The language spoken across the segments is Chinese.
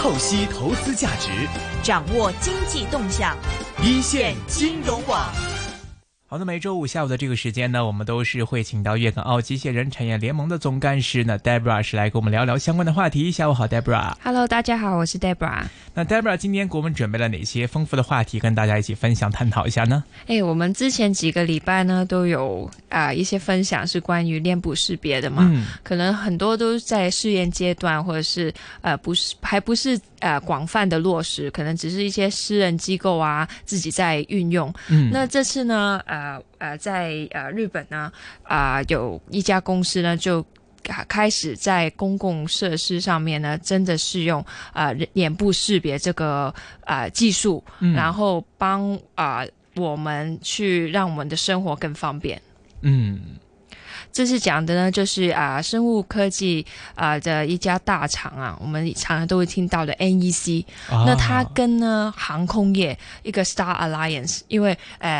透析投资价值， 掌握经济动向， 一线金融网。 好的，每周五下午的这个时间呢，我们都是会请到粤港澳机械人产业联盟的总干事呢 Deborah 是来跟我们聊聊相关的话题。下午好 Deborah。 大家好，我是 Deborah。 那 Deborah 今天给我们准备了哪些丰富的话题跟大家一起分享探讨一下呢？ 我们之前几个礼拜呢都有一些分享是关于脸部识别的嘛，可能很多都在试验阶段，或者是还不是广泛的落实，可能只是一些私人机构啊自己在运用。那这次呢在日本呢有一家公司呢就开始在公共设施上面呢真的是用脸部识别这个技术，然后帮我们去让我们的生活更方便。这次讲的呢就是生物科技的一家大厂我们常常都会听到的 NEC。那它跟呢航空业一个 Star Alliance， 因为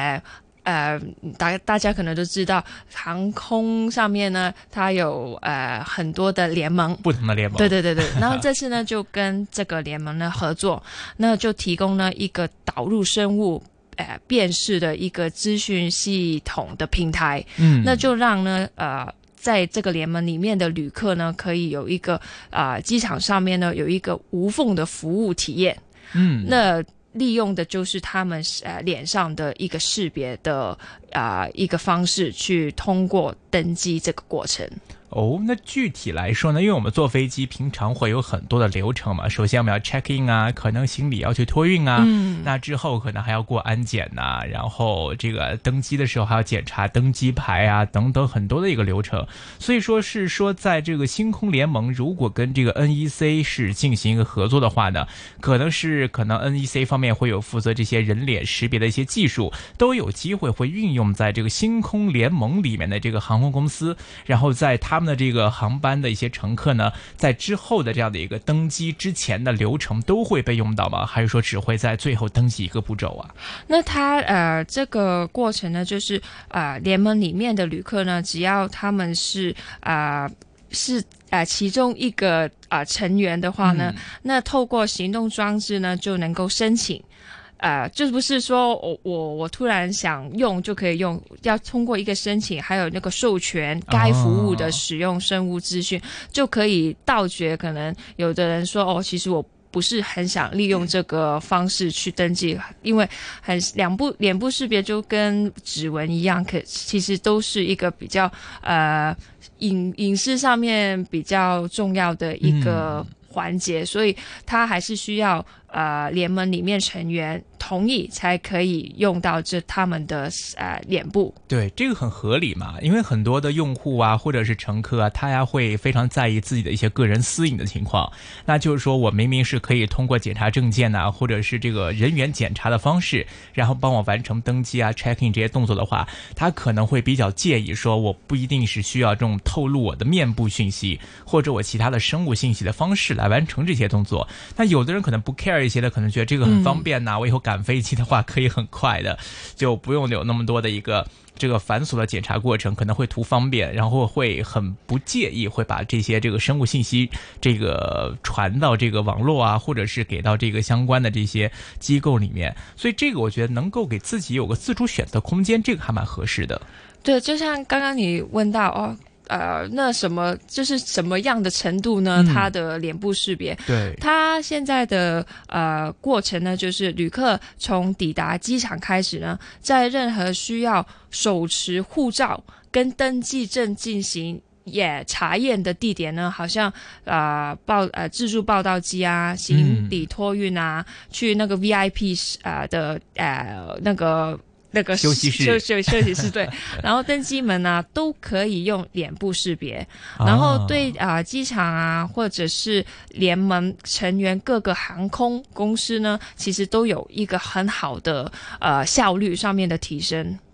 大家可能都知道航空上面呢它有很多的联盟， 不同的联盟， 对。然后这次呢就跟这个联盟呢合作，那就提供了一个导入生物辨识的一个资讯系统的平台。那就让呢在这个联盟里面的旅客呢可以有一个机场上面呢有一个无缝的服务体验。那利用的就是他们脸上的一个识别的一个方式去通过登机这个过程。 那具体来说呢，因为我们坐飞机平常会有很多的流程嘛，首先我们要 check in 可能行李要去托运那之后可能还要过安检然后这个登机的时候还要检查登机牌等等很多的一个流程。所以说是说在这个星空联盟如果跟这个 NEC 是进行一个合作的话呢，可能 NEC 方面会有负责这些人脸识别的一些技术，都有机会会运用在这个星空联盟里面的这个航空公司，然后在他们的这个航班的一些乘客呢，在之后的这样的一个登机之前的流程都会被用到吗？还是说只会在最后登记一个步骤那它这个过程呢，就是联盟里面的旅客呢，只要他们是其中一个成员的话呢，那透过行动装置呢就能够申请。就不是说我突然想用就可以用，要通过一个申请，还有那个授权该服务的使用生物资讯，就可以杜绝可能有的人说其实我不是很想利用这个方式去登记，因为脸部识别就跟指纹一样，其实都是一个比较隐私上面比较重要的一个环节，所以它还是需要联盟里面成员同意才可以用到他们的脸部。 对，这个很合理嘛，因为很多的用户或者是乘客他会非常在意自己的一些个人私隐的情况。那就是说我明明是可以通过检查证件或者是这个人员检查的方式，然后帮我完成登机check in 这些动作的话，他可能会比较介意说我不一定是需要这种透露我的面部讯息或者我其他的生物信息的方式来完成这些动作。那有的人可能不 care一些的，可能觉得这个很方便我以后赶飞机的话可以很快的，就不用有那么多的一个这个繁琐的检查过程，可能会图方便，然后会很不介意会把这些这个生物信息这个传到这个网络或者是给到这个相关的这些机构里面。所以这个我觉得能够给自己有个自主选择空间，这个还蛮合适的。 对，就像刚刚你问到那就是什么样的程度呢？它的脸部识别， 对， 它现在的过程呢，就是旅客从抵达机场开始呢，在任何需要手持护照跟登记证进行查验的地点呢，好像自助报到机行李托运去那个 VIP 的那个休息室对，然后登机门都可以用脸部识别，然后对机场或者是联盟成员各个航空公司呢，其实都有一个很好的效率上面的提升。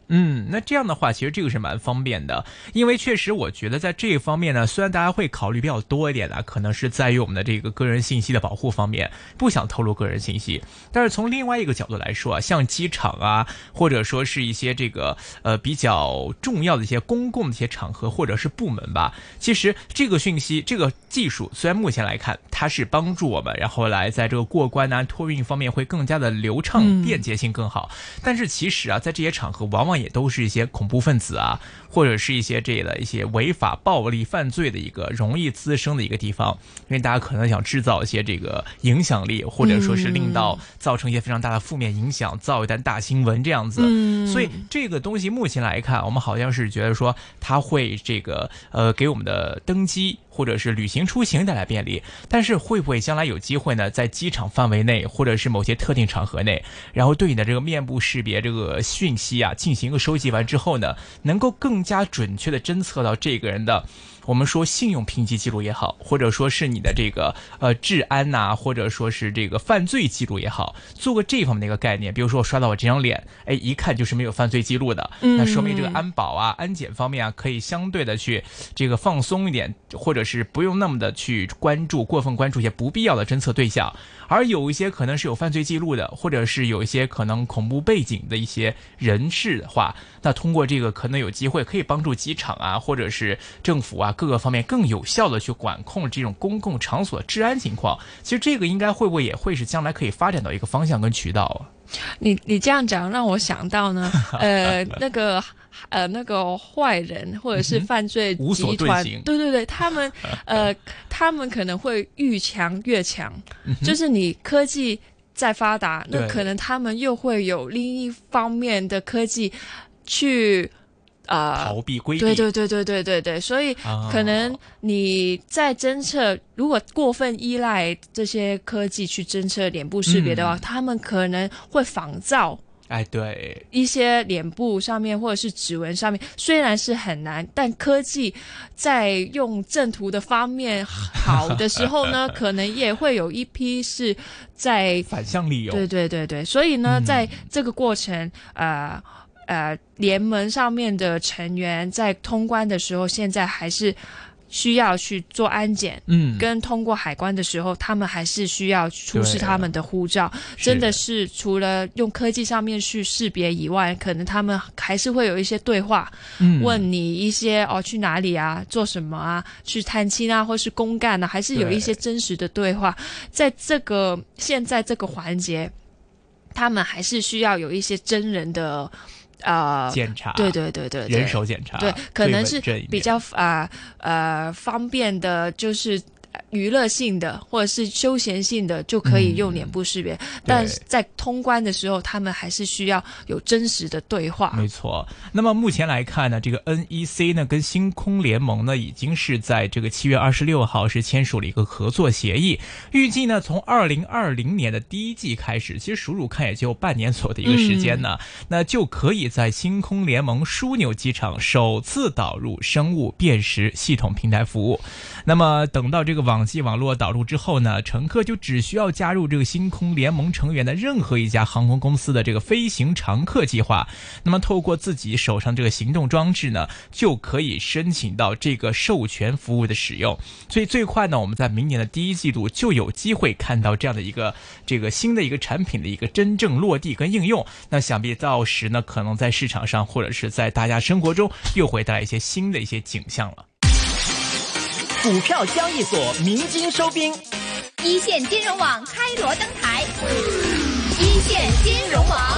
那这样的话其实这个是蛮方便的，因为确实我觉得在这一方面呢，虽然大家会考虑比较多一点的，可能是在于我们的这个个人信息的保护方面，不想透露个人信息，但是从另外一个角度来说啊，像机场啊，或者说是一些这个比较重要的一些公共的一些场合或者是部门吧，其实这个讯息这个技术虽然目前来看它是帮助我们然后来在这个过关啊托运方面会更加的流畅便捷性更好，但是其实啊在这些场合往往也都是一些恐怖分子啊，或者是一些这类的一些违法暴力犯罪的一个容易滋生的一个地方，因为大家可能想制造一些这个影响力，或者说是令到造成一些非常大的负面影响，造一单大新闻这样子。所以这个东西目前来看，我们好像是觉得说它会这个给我们的登机或者是旅行出行带来便利，但是会不会将来有机会呢，在机场范围内或者是某些特定场合内，然后对你的这个面部识别这个讯息啊进行一个收集完之后呢，能够更加准确的侦测到这个人的我们说信用评级记录也好，或者说是你的这个治安呐，或者说是这个犯罪记录也好，做个这方面的一个概念。比如说我刷到我这张脸，哎，一看就是没有犯罪记录的，那说明这个安保啊、安检方面啊，可以相对的去这个放松一点，或者是不用那么的去过分关注一些不必要的侦测对象。而有一些可能是有犯罪记录的，或者是有一些可能恐怖背景的一些人士的话，那通过这个可能有机会可以帮助机场啊，或者是政府啊各个方面更有效的去管控这种公共场所的治安情况。其实这个应该会不会也会是将来可以发展到一个方向跟渠道啊？ 你这样讲让我想到呢，那个坏人或者是犯罪集团，对，他们可能会愈强越强，就是你科技再发达，那可能他们又会有另一方面的科技去逃避规避， 对，所以可能你在侦测，如果过分依赖这些科技去侦测脸部识别的话，他们可能会仿造。 对一些脸部上面或者是指纹上面，虽然是很难，但科技在用正途的方面好的时候呢，可能也会有一批是在反向利用。 对，所以呢，在这个过程，联盟上面的成员在通关的时候，现在还是需要去做安检，跟通过海关的时候，他们还是需要出示他们的护照。真的是除了用科技上面去识别以外，可能他们还是会有一些对话，问你一些去哪里啊，做什么啊，去探亲啊，或是公干啊，还是有一些真实的对话。在现在这个环节，他们还是需要有一些真人的检查， 对， 人手检查， 对，可能是比较方便的，就是娱乐性的或者是休闲性的就可以用脸部识别，但是在通关的时候，他们还是需要有真实的对话。 没错。那么目前来看呢，这个 NEC 呢跟星空联盟呢已经是在这个7月26号是签署了一个合作协议，预计呢从2020年的第一季开始，其实数数看也就半年左右的一个时间呢，那就可以在星空联盟枢纽机场首次导入生物辨识系统平台服务。那么等到这个网际网络导入之后呢，乘客就只需要加入这个星空联盟成员的任何一家航空公司的这个飞行常客计划，那么透过自己手上这个行动装置呢，就可以申请到这个授权服务的使用。所以最快呢，我们在明年的第一季度就有机会看到这样的一个这个新的一个产品的一个真正落地跟应用。那想必到时呢，可能在市场上或者是在大家生活中又会带来一些新的一些景象了。 股票交易所鸣金收兵， 一线金融网开锣登台，一线金融网。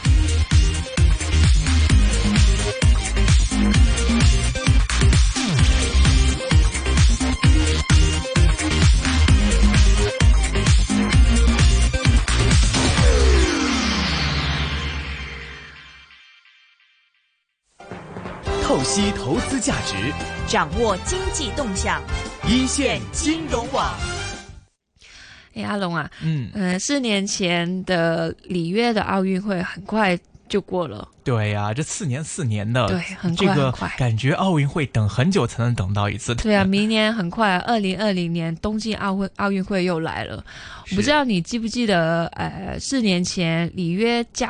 透析投资价值， 掌握经济动向， 一线金融网。 阿龙啊，4年前的里约的奥运会很快就过了。 对呀，这4年的， 对，很快这个很快， 感觉奥运会等很久才能等到一次。 对啊，明年很快，2020年东京奥运会又来了。我不知道你记不记得，4年前里约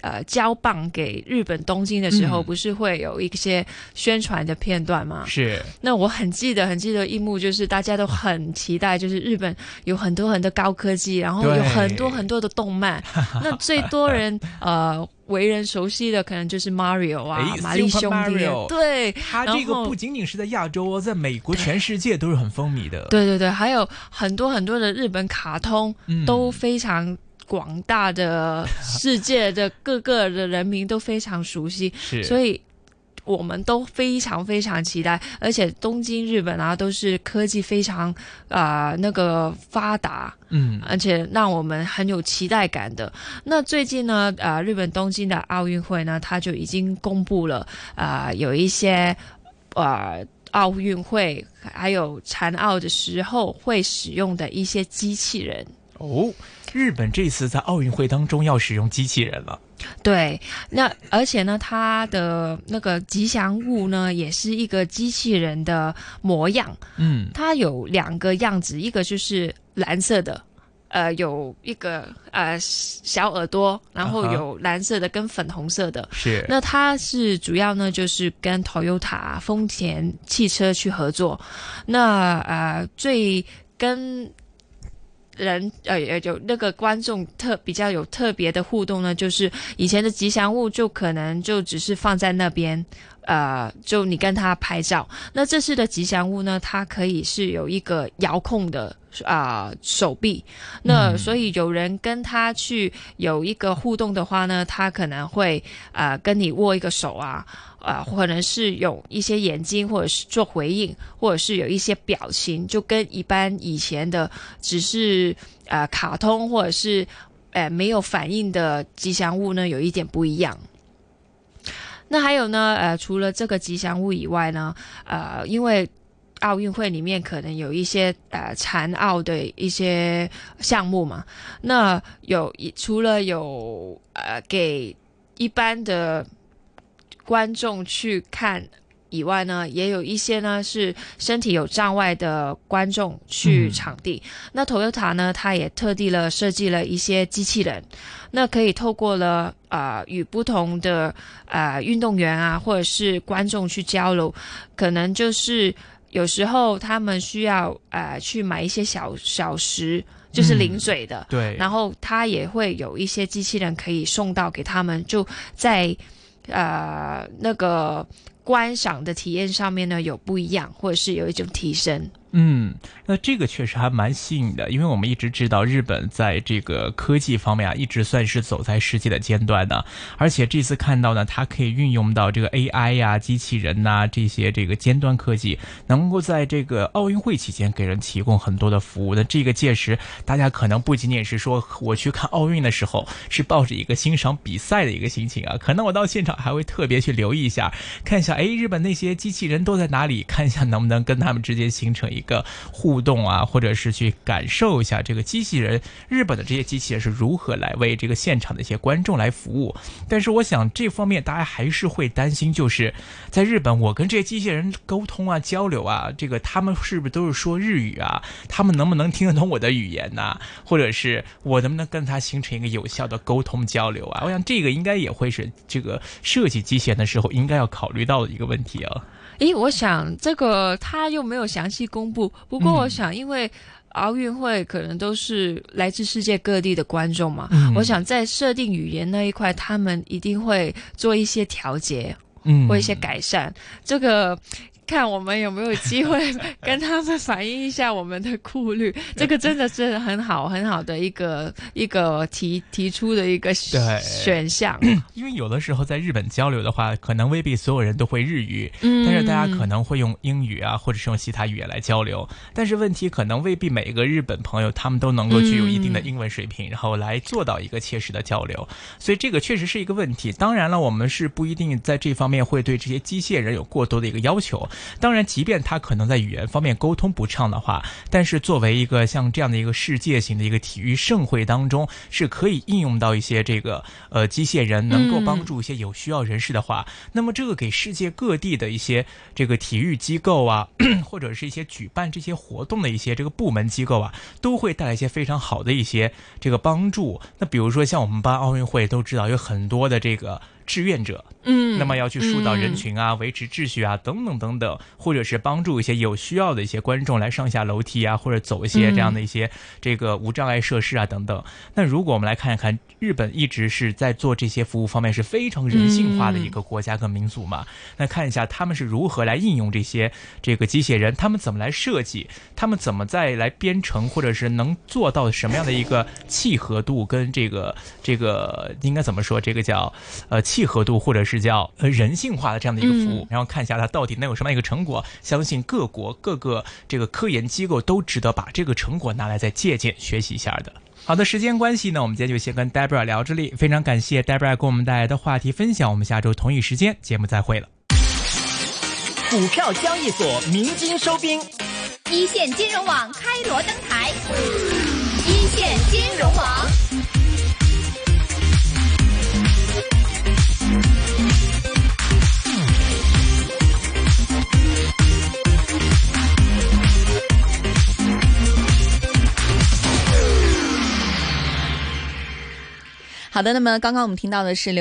交棒给日本东京的时候，不是会有一些宣传的片段吗？ 是。 那我很记得一幕，就是大家都很期待，就是日本有很多很多高科技，然后有很多很多的动漫。那最多人为人熟悉的可能就是 Mario 啊，玛丽兄弟。对， 他这个不仅仅是在亚洲，在美国全世界都是很风靡的。 对对对，还有很多很多的日本卡通都非常广大的世界的各个的人民都非常熟悉，所以我们都非常非常期待。而且东京日本啊都是科技非常那个发达，而且让我们很有期待感的。那最近呢日本东京的奥运会呢，它就已经公布了有一些奥运会还有残奥的时候会使用的一些机器人。 日本这次在奥运会当中要使用机器人了。 对，那而且呢，它的那个吉祥物呢，也是一个机器人的模样。它有2个样子，一个就是蓝色的，有一个小耳朵，然后有蓝色的跟粉红色的。是。那它是主要呢，就是跟 Toyota 丰田汽车去合作。那最跟人有那个观众比较有特别的互动呢，就是以前的吉祥物就可能就只是放在那边，就你跟他拍照。那这次的吉祥物呢，它可以是有一个遥控的手臂，那所以有人跟他去有一个互动的话呢，他可能会跟你握一个手或者是有一些眼睛，或者是做回应，或者是有一些表情，就跟一般以前的只是卡通或者是没有反应的吉祥物呢有一点不一样。那还有呢除了这个吉祥物以外呢因为奥运会里面可能有一些残奥的一些项目嘛，那除了有给一般的观众去看以外呢，也有一些呢是身体有障碍的观众去场地。那 Toyota 呢，它也特地设计了一些机器人，那可以透过了与不同的运动员或者是观众去交流，可能就是有时候他们需要去买一些小食，就是零嘴的，对，然后他也会有一些机器人可以送到给他们，就在那个观赏的体验上面呢有不一样，或者是有一种提升。 那这个确实还蛮吸引的，因为我们一直知道日本在这个科技方面一直算是走在世界的尖端的，而且这次看到呢，它可以运用到这个 AI 机器人这些这个尖端科技，能够在这个奥运会期间给人提供很多的服务。那这个届时，大家可能不仅仅是说我去看奥运的时候是抱着一个欣赏比赛的一个心情可能我到现场还会特别去留意一下，看一下日本那些机器人都在哪里，看一下能不能跟他们之间形成一个互动或者是去感受一下这个机器人，日本的这些机器人是如何来为这个现场的一些观众来服务。但是我想这方面大家还是会担心，就是在日本我跟这些机器人沟通交流这个他们是不是都是说日语他们能不能听得懂我的语言或者是我能不能跟他形成一个有效的沟通交流我想这个应该也会是这个设计机器人的时候应该要考虑到的一个问题我想这个他又没有详细公布，不过我想因为奥运会可能都是来自世界各地的观众嘛，我想在设定语言那一块他们一定会做一些调节或一些改善，这个看我们有没有机会跟他们反映一下我们的顾虑。这个真的是很好很好的一个提出的一个选项。 因为有的时候在日本交流的话，可能未必所有人都会日语，但是大家可能会用英语或者是用其他语言来交流。但是问题可能未必每个日本朋友他们都能够具有一定的英文水平，然后来做到一个切实的交流。所以这个确实是一个问题。当然了，我们是不一定在这方面会对这些机械人有过多的一个要求。 当然即便他可能在语言方面沟通不畅的话，但是作为一个像这样的一个世界型的一个体育盛会当中，是可以应用到一些这个机械人能够帮助一些有需要人士的话，那么这个给世界各地的一些这个体育机构啊或者是一些举办这些活动的一些这个部门机构啊，都会带来一些非常好的一些这个帮助。那比如说像我们办奥运会都知道有很多的这个志愿者，那么要去疏导人群啊，维持秩序啊，等等等等，或者是帮助一些有需要的一些观众来上下楼梯啊，或者走一些这样的一些这个无障碍设施啊等等。那如果我们来看一看，日本一直是在做这些服务方面是非常人性化的一个国家跟民族嘛，那看一下他们是如何来应用这个机械人，他们怎么来设计，他们怎么再来编程，或者是能做到什么样的一个契合度跟这个应该怎么说，这个叫契合度或者是叫人性化的这样的一个服务，然后看一下它到底能有什么样一个成果。相信各国各个这个科研机构都值得把这个成果拿来再借鉴学习一下的。好的，时间关系呢，我们今天就先跟 Deborah 聊这里，非常感谢 Deborah 给我们带来的话题分享，我们下周同一时间节目再会了。 股票交易所鸣金收兵， 一线金融网开锣登台，一线金融网。 好的，那么刚刚我们听到的是